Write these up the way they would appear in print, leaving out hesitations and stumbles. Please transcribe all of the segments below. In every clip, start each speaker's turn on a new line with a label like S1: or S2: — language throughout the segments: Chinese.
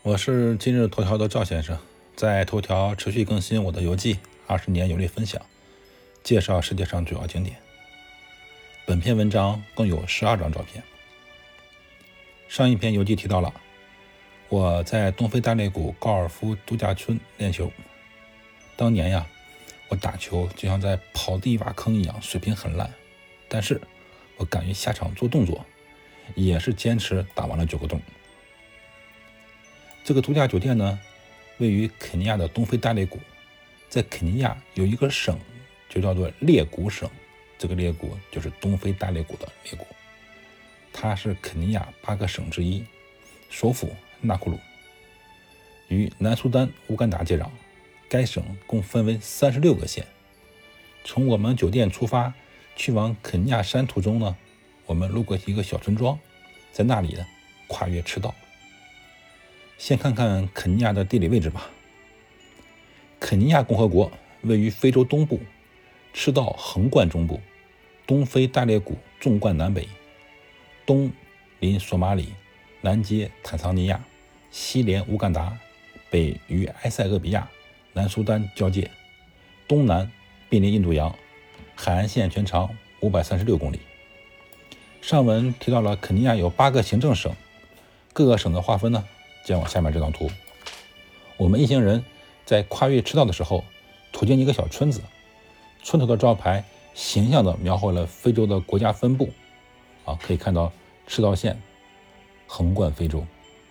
S1: 我是今日头条的赵先生，在头条持续更新我的游记，20年游历分享，介绍世界上主要景点。本篇文章共有12张照片。上一篇游记提到了我在东非大裂谷高尔夫度假村练球。当年呀，我打球就像在刨地挖坑一样，水平很烂，但是我敢于下场做动作，也是坚持打完了9个洞。这个度假酒店呢，位于肯尼亚的东非大裂谷。在肯尼亚有一个省就叫做裂谷省，这个裂谷就是东非大裂谷的裂谷，它是肯尼亚8个省之一，首府纳库鲁，与南苏丹、乌干达接壤。该省共分为36个县。从我们酒店出发去往肯尼亚山途中呢，我们路过一个小村庄，在那里呢跨越赤道。先看看肯尼亚的地理位置吧。肯尼亚共和国位于非洲东部，赤道横贯中部，东非大裂谷纵贯南北，东临索马里，南接坦桑尼亚，西连乌干达，北与埃塞俄比亚、南苏丹交界，东南濒临印度洋，海岸线全长536公里。上文提到了肯尼亚有8个行政省，各个省的划分呢见我下面这张图。我们一行人在跨越赤道的时候，途经一个小村子，村头的招牌形象地描绘了非洲的国家分布，可以看到赤道线横贯非洲。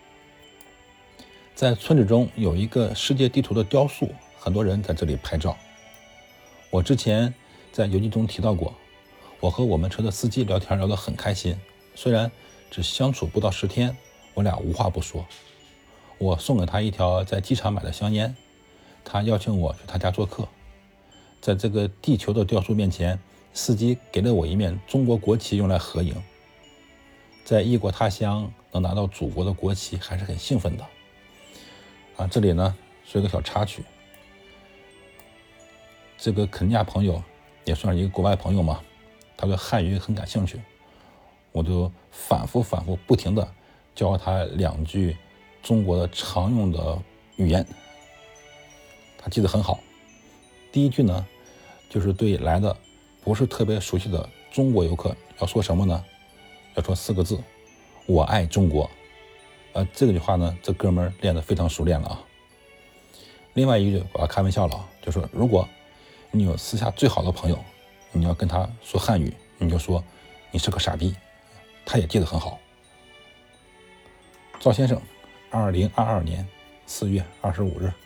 S1: 在村子中有一个世界地图的雕塑，很多人在这里拍照。我之前在游记中提到过，我和我们车的司机聊天聊得很开心，虽然只相处不到10天，我俩无话不说。我送给他一条在机场买的香烟，他邀请我去他家做客。在这个地球的雕塑面前，司机给了我一面中国国旗用来合影。在异国他乡能拿到祖国的国旗还是很兴奋的。这里呢是一个小插曲，这个肯尼亚朋友也算是一个国外朋友嘛，他对汉语很感兴趣，我就反复不停的教他2句中国的常用的语言，他记得很好。第一句呢，就是对来的不是特别熟悉的中国游客要说什么呢？要说4个字：我爱中国。这句话呢，这哥们儿练得非常熟练了啊。另外一句我要开玩笑了，就说如果你有私下最好的朋友，你要跟他说汉语，你就说你是个傻逼，他也记得很好。赵先生，2022年4月25日。